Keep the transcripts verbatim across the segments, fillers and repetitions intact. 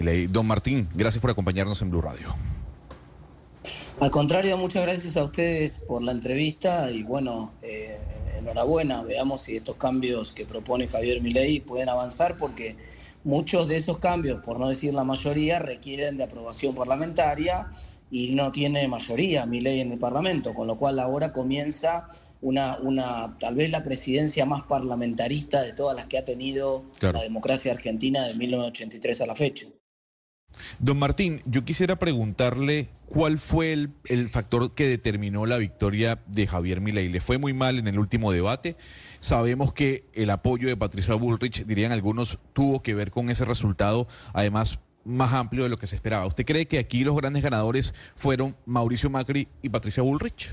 Milei. Don Martín, gracias por acompañarnos en Blue Radio. Al contrario, muchas gracias a ustedes por la entrevista y bueno, eh, enhorabuena. Veamos si estos cambios que propone Javier Milei pueden avanzar, porque muchos de esos cambios, por no decir la mayoría, requieren de aprobación parlamentaria y no tiene mayoría Milei en el Parlamento, con lo cual ahora comienza una, una tal vez la presidencia más parlamentarista de todas las que ha tenido claro. la democracia argentina de mil novecientos ochenta y tres a la fecha. Don Martín, yo quisiera preguntarle cuál fue el, el factor que determinó la victoria de Javier Milei. Le fue muy mal en el último debate. Sabemos que el apoyo de Patricia Bullrich, dirían algunos, tuvo que ver con ese resultado, además más amplio de lo que se esperaba. ¿Usted cree que aquí los grandes ganadores fueron Mauricio Macri y Patricia Bullrich?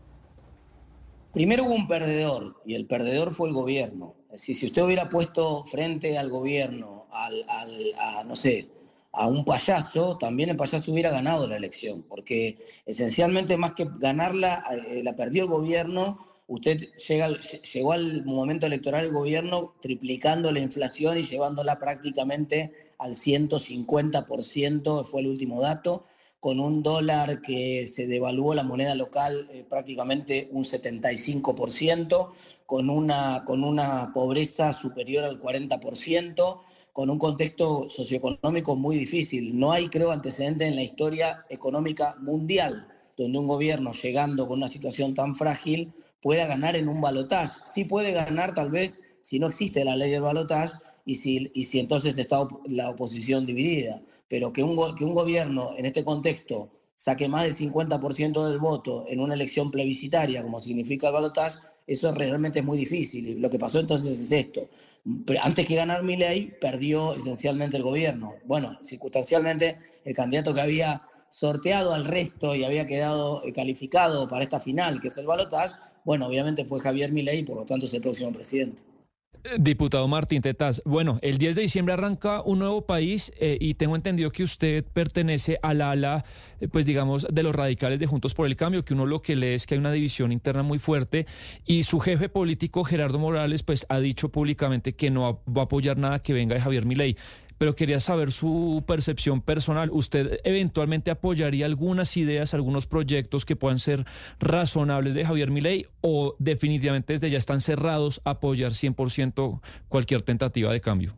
Primero hubo un perdedor, y el perdedor fue el gobierno. Es decir, si usted hubiera puesto frente al gobierno, al, al, a, no sé, a un payaso, también el payaso hubiera ganado la elección, porque esencialmente más que ganarla, eh, la perdió el gobierno. Usted llega, llegó al momento electoral el gobierno triplicando la inflación y llevándola prácticamente al ciento cincuenta por ciento, fue el último dato, con un dólar que se devaluó la moneda local eh, prácticamente un setenta y cinco por ciento, con una, con una pobreza superior al cuarenta por ciento, con un contexto socioeconómico muy difícil. No hay, creo, antecedentes en la historia económica mundial donde un gobierno llegando con una situación tan frágil pueda ganar en un balotaje. Sí puede ganar tal vez si no existe la ley del balotaje y si, y si entonces está op la oposición dividida. Pero que un, que un gobierno en este contexto saque más del cincuenta por ciento del voto en una elección plebiscitaria, como significa el balotaje, eso realmente es muy difícil. Y lo que pasó entonces es esto. Antes que ganar Milei, perdió esencialmente el gobierno. Bueno, circunstancialmente, el candidato que había sorteado al resto y había quedado calificado para esta final, que es el balotaje, bueno, obviamente fue Javier Milei y por lo tanto es el próximo presidente. Diputado Martín Tetaz, bueno, el diez de diciembre arranca un nuevo país eh, y tengo entendido que usted pertenece al ala, eh, pues digamos, de los radicales de Juntos por el Cambio, que uno lo que lee es que hay una división interna muy fuerte y su jefe político, Gerardo Morales, pues ha dicho públicamente que no va a apoyar nada que venga de Javier Milei. Pero quería saber su percepción personal. ¿Usted eventualmente apoyaría algunas ideas, algunos proyectos que puedan ser razonables de Javier Milei o definitivamente desde ya están cerrados a apoyar cien por ciento cualquier tentativa de cambio?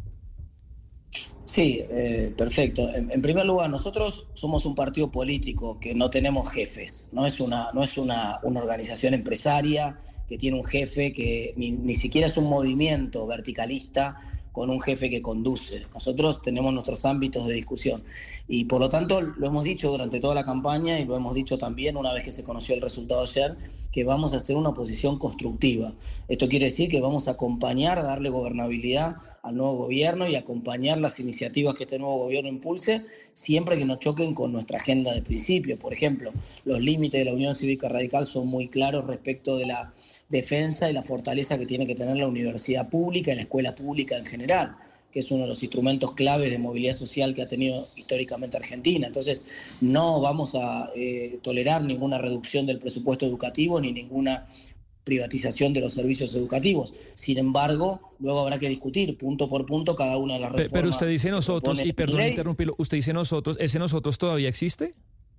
Sí, eh, perfecto. En, en primer lugar, nosotros somos un partido político que no tenemos jefes. No es una, no es una, una organización empresaria que tiene un jefe, que ni, ni siquiera es un movimiento verticalista con un jefe que conduce. Nosotros tenemos nuestros ámbitos de discusión y por lo tanto lo hemos dicho durante toda la campaña y lo hemos dicho también una vez que se conoció el resultado ayer, que vamos a hacer una oposición constructiva. Esto quiere decir que vamos a acompañar, a darle gobernabilidad al nuevo gobierno y acompañar las iniciativas que este nuevo gobierno impulse, siempre que no choquen con nuestra agenda de principios. Por ejemplo, los límites de la Unión Cívica Radical son muy claros respecto de la defensa y la fortaleza que tiene que tener la universidad pública y la escuela pública en general, que es uno de los instrumentos claves de movilidad social que ha tenido históricamente Argentina. Entonces, no vamos a eh, tolerar ninguna reducción del presupuesto educativo ni ninguna privatización de los servicios educativos. Sin embargo, luego habrá que discutir punto por punto cada una de las reformas. Pero usted dice nosotros, y perdón interrumpirlo, usted dice nosotros, ¿ese nosotros todavía existe?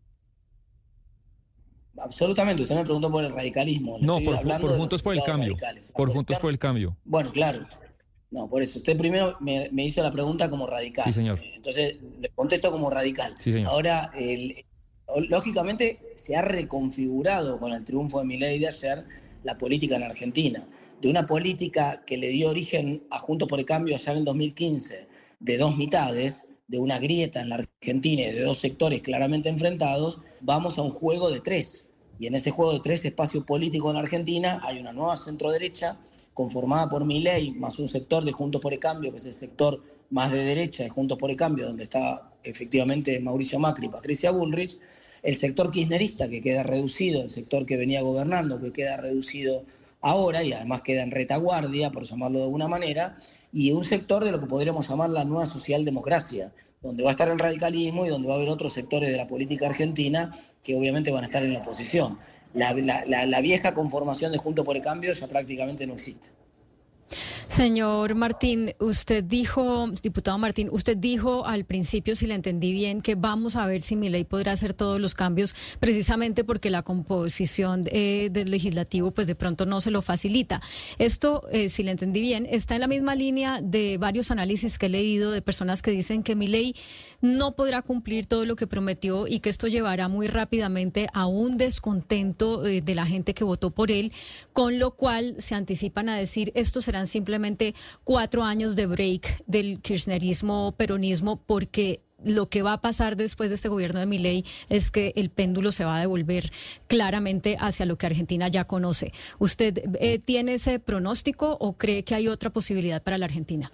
Absolutamente, usted me preguntó por el radicalismo. Le no, estoy por, hablando por Juntos por el Cambio. Por Juntos por el Cambio. Bueno, claro. No, por eso. Usted primero me, me hizo la pregunta como radical. Sí, señor. Entonces, le contesto como radical. Sí, señor. Ahora, el, lógicamente, se ha reconfigurado con el triunfo de Milei de ayer la política en Argentina. De una política que le dio origen a Juntos por el Cambio allá en el dos mil quince, de dos mitades, de una grieta en la Argentina y de dos sectores claramente enfrentados, vamos a un juego de tres. Y en ese juego de tres espacios políticos en la Argentina hay una nueva centroderecha conformada por Milei, más un sector de Juntos por el Cambio, que es el sector más de derecha de Juntos por el Cambio, donde está efectivamente Mauricio Macri y Patricia Bullrich, el sector kirchnerista que queda reducido, el sector que venía gobernando que queda reducido ahora y además queda en retaguardia, por llamarlo de alguna manera, y un sector de lo que podríamos llamar la nueva socialdemocracia, donde va a estar el radicalismo y donde va a haber otros sectores de la política argentina que obviamente van a estar en la oposición. La, la, la, la vieja conformación de Juntos por el Cambio ya prácticamente no existe. Señor Martín, usted dijo, diputado Martín, usted dijo al principio, si le entendí bien, que vamos a ver si Milei podrá hacer todos los cambios, precisamente porque la composición eh, del legislativo, pues de pronto no se lo facilita. Esto, eh, si le entendí bien, está en la misma línea de varios análisis que he leído de personas que dicen que Milei no podrá cumplir todo lo que prometió y que esto llevará muy rápidamente a un descontento eh, de la gente que votó por él, con lo cual se anticipan a decir estos serán simplemente cuatro años de break del kirchnerismo, peronismo, porque lo que va a pasar después de este gobierno de Milei es que el péndulo se va a devolver claramente hacia lo que Argentina ya conoce. ¿Usted eh, tiene ese pronóstico o cree que hay otra posibilidad para la Argentina?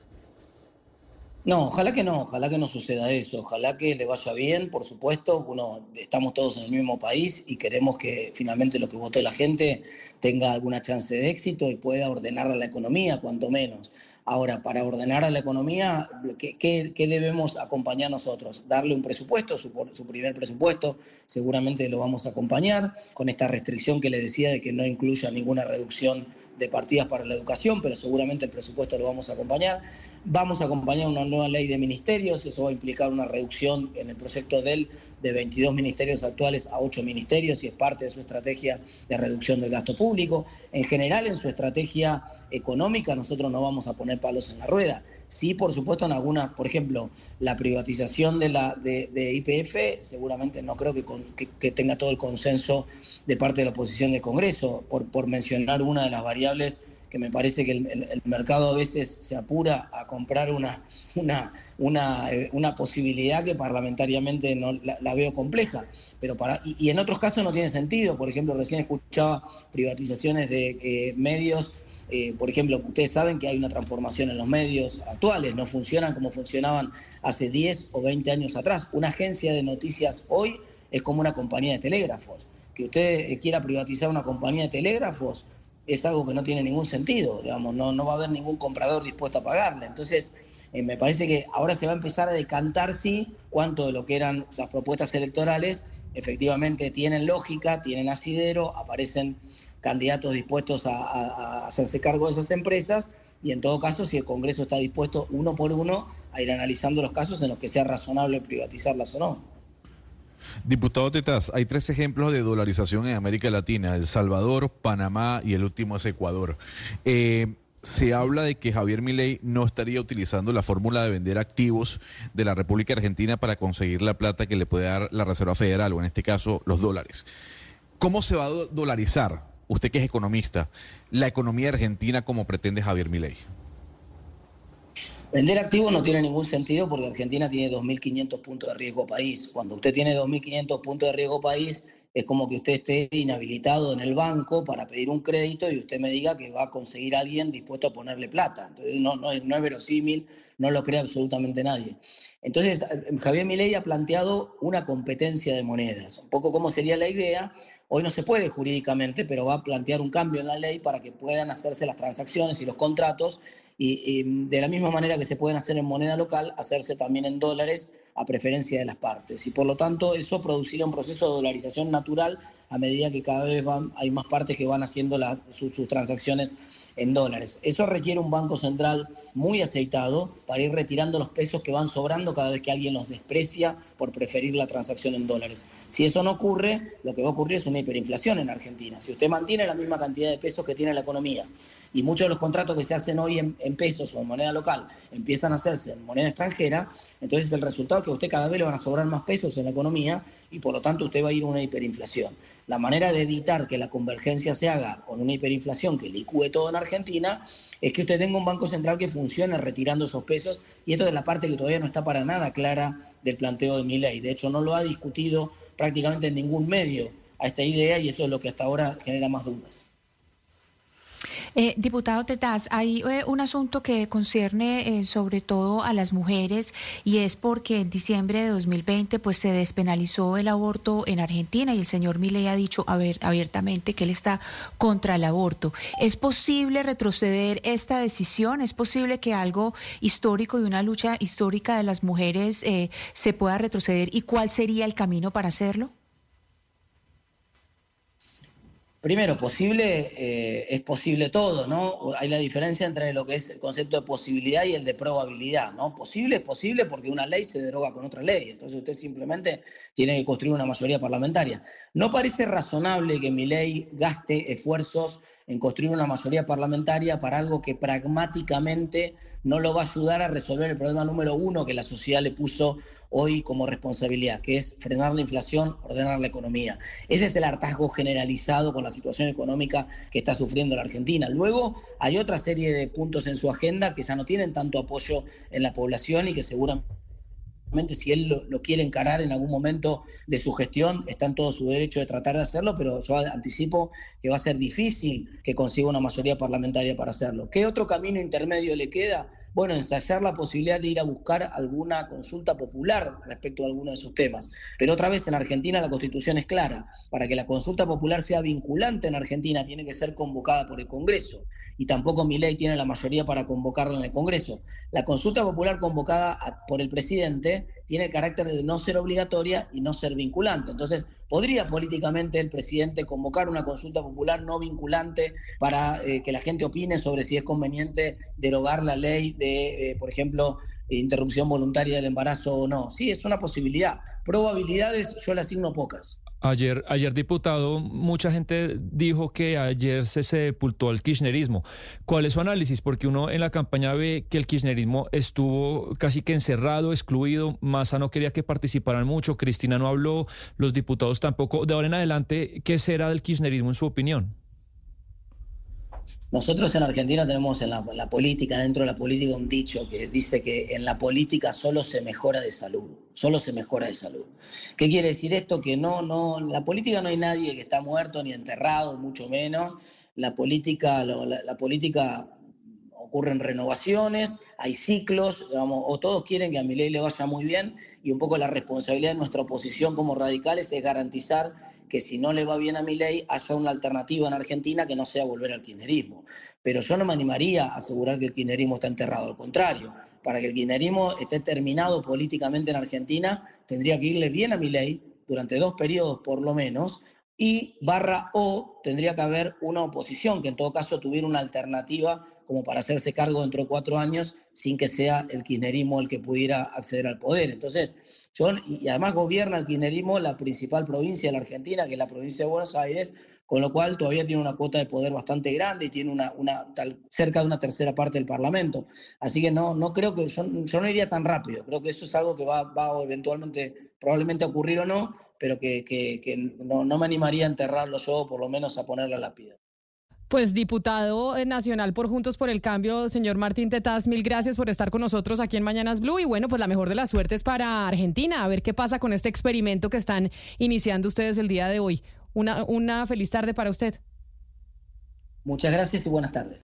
No, ojalá que no, ojalá que no suceda eso, ojalá que le vaya bien, por supuesto, uno, estamos todos en el mismo país y queremos que finalmente lo que votó la gente tenga alguna chance de éxito y pueda ordenar a la economía, cuanto menos. Ahora, para ordenar a la economía, ¿qué, qué, qué debemos acompañar nosotros? Darle un presupuesto, su, su primer presupuesto, seguramente lo vamos a acompañar, con esta restricción que le decía de que no incluya ninguna reducción de partidas para la educación, pero seguramente el presupuesto lo vamos a acompañar. Vamos a acompañar una nueva ley de ministerios, eso va a implicar una reducción en el proyecto de él de veintidós ministerios actuales a ocho ministerios y es parte de su estrategia de reducción del gasto público. En general, en su estrategia económica, nosotros no vamos a poner palos en la rueda. Sí, por supuesto, en algunas, por ejemplo, la privatización de, la, de, de Y P F, seguramente no creo que, con, que, que tenga todo el consenso de parte de la oposición del Congreso, por, por mencionar una de las variables que me parece que el, el, el mercado a veces se apura a comprar una, una, una, una posibilidad que parlamentariamente no, la, la veo compleja. Pero para, y, y en otros casos no tiene sentido. Por ejemplo, recién escuchaba privatizaciones de eh, medios. Eh, por ejemplo, ustedes saben que hay una transformación en los medios actuales, no funcionan como funcionaban hace diez o veinte años atrás. Una agencia de noticias hoy es como una compañía de telégrafos. Que usted quiera privatizar una compañía de telégrafos es algo que no tiene ningún sentido, digamos, no, no va a haber ningún comprador dispuesto a pagarle. Entonces, eh, me parece que ahora se va a empezar a decantar, sí, cuánto de lo que eran las propuestas electorales efectivamente tienen lógica, tienen asidero, aparecen candidatos dispuestos a, a, a hacerse cargo de esas empresas y en todo caso, si el Congreso está dispuesto uno por uno a ir analizando los casos en los que sea razonable privatizarlas o no. Diputado Tetaz, hay tres ejemplos de dolarización en América Latina, El Salvador, Panamá y el último es Ecuador. Eh, se habla de que Javier Milei no estaría utilizando la fórmula de vender activos de la República Argentina para conseguir la plata que le puede dar la Reserva Federal, o en este caso los dólares. ¿Cómo se va a do- dolarizar, usted que es economista, la economía argentina como pretende Javier Milei? Vender activos no tiene ningún sentido porque Argentina tiene dos mil quinientos puntos de riesgo país. Cuando usted tiene dos mil quinientos puntos de riesgo país, es como que usted esté inhabilitado en el banco para pedir un crédito y usted me diga que va a conseguir a alguien dispuesto a ponerle plata. Entonces no, no, no es verosímil, no lo cree absolutamente nadie. Entonces Javier Milei ha planteado una competencia de monedas. Un poco cómo sería la idea. Hoy no se puede jurídicamente, pero va a plantear un cambio en la ley para que puedan hacerse las transacciones y los contratos y, y de la misma manera que se pueden hacer en moneda local, hacerse también en dólares a preferencia de las partes. Y por lo tanto eso producirá un proceso de dolarización natural a medida que cada vez van, hay más partes que van haciendo la, sus, sus transacciones en dólares. Eso requiere un banco central muy aceitado para ir retirando los pesos que van sobrando cada vez que alguien los desprecia por preferir la transacción en dólares. Si eso no ocurre, lo que va a ocurrir es una hiperinflación en Argentina. Si usted mantiene la misma cantidad de pesos que tiene la economía y muchos de los contratos que se hacen hoy en, en pesos o en moneda local empiezan a hacerse en moneda extranjera, entonces el resultado es que a usted cada vez le van a sobrar más pesos en la economía y por lo tanto usted va a ir a una hiperinflación. La manera de evitar que la convergencia se haga con una hiperinflación que licúe todo en Argentina es que usted tenga un banco central que funcione retirando esos pesos y esto es la parte que todavía no está para nada clara del planteo de Milei. De hecho, no lo ha discutido prácticamente en ningún medio a esta idea y eso es lo que hasta ahora genera más dudas. Eh, diputado Tetaz, hay eh, un asunto que concierne eh, sobre todo a las mujeres y es porque en diciembre de dos mil veinte pues se despenalizó el aborto en Argentina y el señor Milei ha dicho a ver, abiertamente que él está contra el aborto. ¿Es posible retroceder esta decisión? ¿Es posible que algo histórico y una lucha histórica de las mujeres eh, se pueda retroceder? ¿Y cuál sería el camino para hacerlo? Primero, posible, eh, es posible todo, ¿no? Hay la diferencia entre lo que es el concepto de posibilidad y el de probabilidad, ¿no? Posible es posible porque una ley se deroga con otra ley, entonces usted simplemente tiene que construir una mayoría parlamentaria. No parece razonable que Milei gaste esfuerzos en construir una mayoría parlamentaria para algo que pragmáticamente no lo va a ayudar a resolver el problema número uno que la sociedad le puso hoy como responsabilidad, que es frenar la inflación, ordenar la economía. Ese es el hartazgo generalizado con la situación económica que está sufriendo la Argentina. Luego hay otra serie de puntos en su agenda que ya no tienen tanto apoyo en la población y que seguramente, si él lo, lo quiere encarar en algún momento de su gestión, está en todo su derecho de tratar de hacerlo, pero yo anticipo que va a ser difícil que consiga una mayoría parlamentaria para hacerlo. ¿Qué otro camino intermedio le queda? Bueno, ensayar la posibilidad de ir a buscar alguna consulta popular respecto a alguno de esos temas. Pero otra vez, en Argentina la Constitución es clara. Para que la consulta popular sea vinculante en Argentina, tiene que ser convocada por el Congreso. Y tampoco Milei tiene la mayoría para convocarla en el Congreso. La consulta popular convocada por el presidente tiene el carácter de no ser obligatoria y no ser vinculante. Entonces, ¿podría políticamente el presidente convocar una consulta popular no vinculante para eh, que la gente opine sobre si es conveniente derogar la ley de, eh, por ejemplo, interrupción voluntaria del embarazo o no? Sí, es una posibilidad. Probabilidades yo le asigno pocas. Ayer, ayer, diputado, mucha gente dijo que ayer se sepultó el kirchnerismo. ¿Cuál es su análisis? Porque uno en la campaña ve que el kirchnerismo estuvo casi que encerrado, excluido. Massa no quería que participaran mucho, Cristina no habló, los diputados tampoco. De ahora en adelante, ¿qué será del kirchnerismo en su opinión? Nosotros en Argentina tenemos en la, en la política, dentro de la política, un dicho que dice que en la política solo se mejora de salud, solo se mejora de salud. ¿Qué quiere decir esto? Que no, no, en la política no hay nadie que está muerto ni enterrado, mucho menos. La política, la, la política ocurren renovaciones, hay ciclos, digamos, o todos quieren que a Milei le vaya muy bien, y un poco la responsabilidad de nuestra oposición como radicales es garantizar que si no le va bien a Milei, haya una alternativa en Argentina que no sea volver al kirchnerismo. Pero yo no me animaría a asegurar que el kirchnerismo está enterrado, al contrario. Para que el kirchnerismo esté terminado políticamente en Argentina, tendría que irle bien a Milei durante dos periodos por lo menos, y barra o tendría que haber una oposición que en todo caso tuviera una alternativa como para hacerse cargo dentro de cuatro años sin que sea el kirchnerismo el que pudiera acceder al poder. Entonces, yo, y además gobierna el kirchnerismo la principal provincia de la Argentina, que es la provincia de Buenos Aires, con lo cual todavía tiene una cuota de poder bastante grande y tiene una, una tal, cerca de una tercera parte del Parlamento. Así que no, no creo que, yo, yo no iría tan rápido, creo que eso es algo que va, va eventualmente, probablemente a ocurrir o no, pero que, que, que no, no me animaría a enterrarlo yo, por lo menos a poner la lápida. Pues diputado nacional por Juntos por el Cambio, señor Martín Tetaz, mil gracias por estar con nosotros aquí en Mañanas Blue. Y bueno, pues la mejor de las suertes para Argentina, a ver qué pasa con este experimento que están iniciando ustedes el día de hoy. Una, una feliz tarde para usted. Muchas gracias y buenas tardes.